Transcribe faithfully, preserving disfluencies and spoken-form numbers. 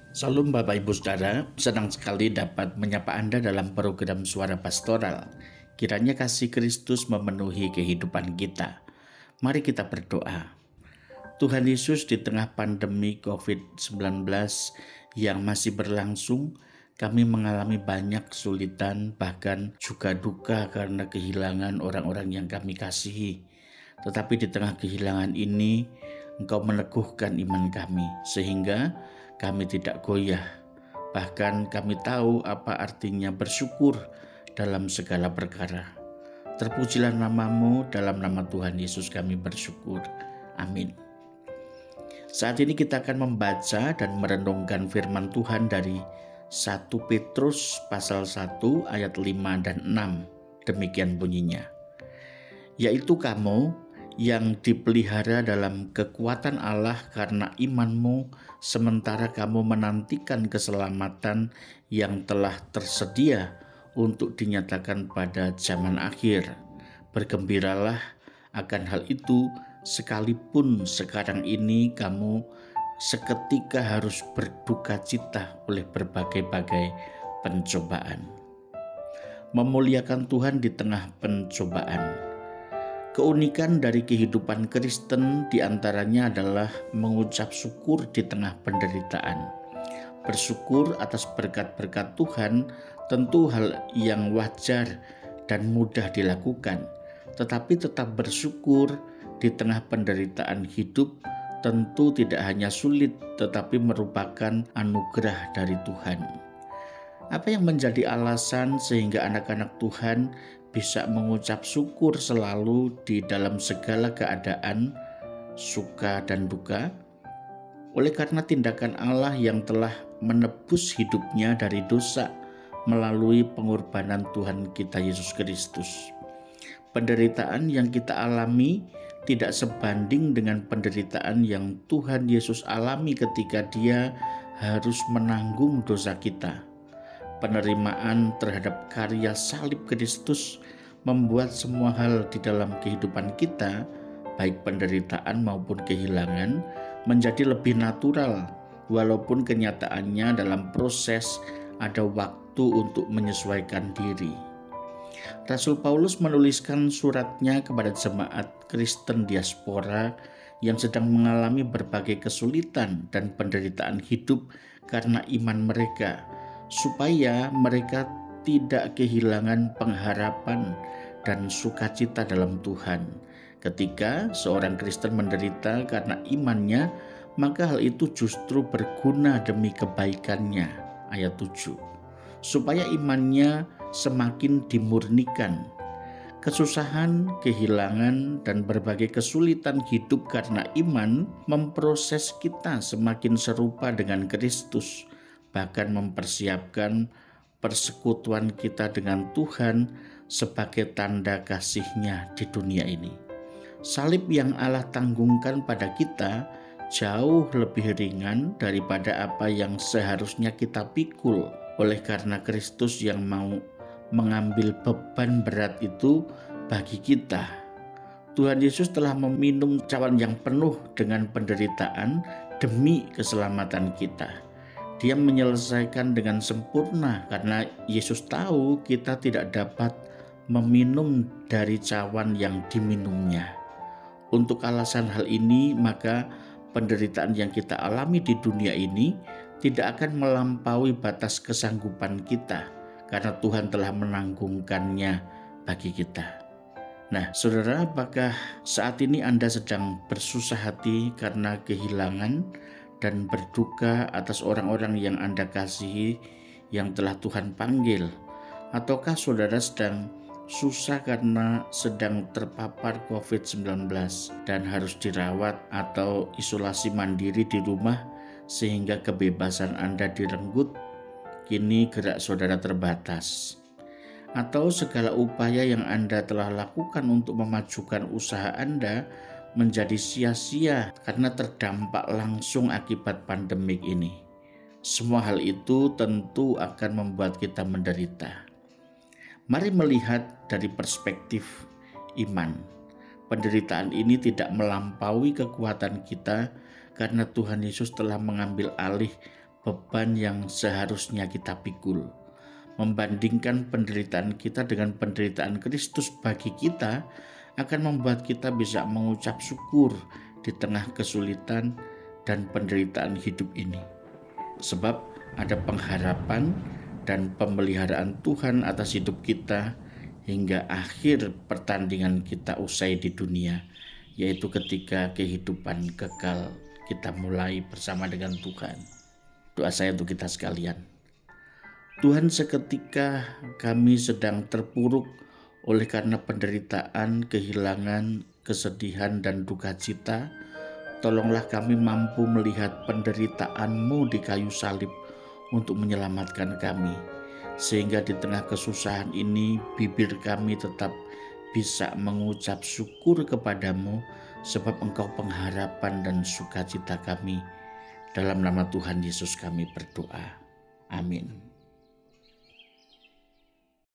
Salam Bapak Ibu Saudara, senang sekali dapat menyapa Anda dalam program Suara Pastoral. Kiranya kasih Kristus memenuhi kehidupan kita. Mari kita berdoa. Tuhan Yesus, di tengah pandemi covid sembilan belas yang masih berlangsung, kami mengalami banyak kesulitan, bahkan juga duka karena kehilangan orang-orang yang kami kasihi. Tetapi di tengah kehilangan ini, Engkau meneguhkan iman kami, sehingga kami tidak goyah. Bahkan kami tahu apa artinya bersyukur dalam segala perkara. Terpujilah namamu, dalam nama Tuhan Yesus kami bersyukur. Amin. Saat ini kita akan membaca dan merenungkan firman Tuhan dari satu Petrus pasal satu ayat lima dan enam. Demikian bunyinya. Yaitu kamu yang dipelihara dalam kekuatan Allah karena imanmu, sementara kamu menantikan keselamatan yang telah tersedia untuk dinyatakan pada zaman akhir. Bergembiralah akan hal itu, sekalipun sekarang ini kamu seketika harus berduka cita oleh berbagai-bagai pencobaan. Memuliakan Tuhan di tengah pencobaan. Keunikan dari kehidupan Kristen diantaranya adalah mengucap syukur di tengah penderitaan. Bersyukur atas berkat-berkat Tuhan tentu hal yang wajar dan mudah dilakukan. Tetapi tetap bersyukur di tengah penderitaan hidup tentu tidak hanya sulit, tetapi merupakan anugerah dari Tuhan. Apa yang menjadi alasan sehingga anak-anak Tuhan bisa mengucap syukur selalu di dalam segala keadaan, suka dan duka? Oleh karena tindakan Allah yang telah menebus hidupnya dari dosa melalui pengorbanan Tuhan kita Yesus Kristus. Penderitaan yang kita alami tidak sebanding dengan penderitaan yang Tuhan Yesus alami ketika Dia harus menanggung dosa kita. Penerimaan terhadap karya salib Kristus membuat semua hal di dalam kehidupan kita, baik penderitaan maupun kehilangan, menjadi lebih natural, walaupun kenyataannya dalam proses ada waktu untuk menyesuaikan diri. Rasul Paulus menuliskan suratnya kepada jemaat Kristen diaspora yang sedang mengalami berbagai kesulitan dan penderitaan hidup karena iman mereka, supaya mereka tidak kehilangan pengharapan dan sukacita dalam Tuhan. Ketika seorang Kristen menderita karena imannya, maka hal itu justru berguna demi kebaikannya. Ayat tujuh. Supaya imannya semakin dimurnikan. Kesusahan, kehilangan, dan berbagai kesulitan hidup karena iman memproses kita semakin serupa dengan Kristus, bahkan mempersiapkan persekutuan kita dengan Tuhan sebagai tanda kasih-Nya di dunia ini. Salib yang Allah tanggungkan pada kita jauh lebih ringan daripada apa yang seharusnya kita pikul. Oleh karena Kristus yang mau mengambil beban berat itu bagi kita. Tuhan Yesus telah meminum cawan yang penuh dengan penderitaan demi keselamatan kita. Dia menyelesaikan dengan sempurna karena Yesus tahu kita tidak dapat meminum dari cawan yang diminumnya. Untuk alasan hal ini, maka penderitaan yang kita alami di dunia ini tidak akan melampaui batas kesanggupan kita karena Tuhan telah menanggungkannya bagi kita. Nah, saudara, apakah saat ini Anda sedang bersusah hati karena kehilangan dan berduka atas orang-orang yang Anda kasihi yang telah Tuhan panggil? Ataukah saudara sedang susah karena sedang terpapar covid sembilan belas dan harus dirawat atau isolasi mandiri di rumah sehingga kebebasan Anda direnggut? Kini gerak saudara terbatas. Atau segala upaya yang Anda telah lakukan untuk memajukan usaha Anda menjadi sia-sia karena terdampak langsung akibat pandemik ini. Semua hal itu tentu akan membuat kita menderita. Mari melihat dari perspektif iman. Penderitaan ini tidak melampaui kekuatan kita karena Tuhan Yesus telah mengambil alih beban yang seharusnya kita pikul. Membandingkan penderitaan kita dengan penderitaan Kristus bagi kita akan membuat kita bisa mengucap syukur di tengah kesulitan dan penderitaan hidup ini. Sebab ada pengharapan dan pemeliharaan Tuhan atas hidup kita hingga akhir pertandingan kita usai di dunia, yaitu ketika kehidupan kekal kita mulai bersama dengan Tuhan. Doa saya untuk kita sekalian. Tuhan, seketika kami sedang terpuruk oleh karena penderitaan, kehilangan, kesedihan, dan duka cita, tolonglah kami mampu melihat penderitaan-Mu di kayu salib untuk menyelamatkan kami, sehingga di tengah kesusahan ini bibir kami tetap bisa mengucap syukur kepadamu, sebab Engkau pengharapan dan sukacita kami. Dalam nama Tuhan Yesus kami berdoa. Amin.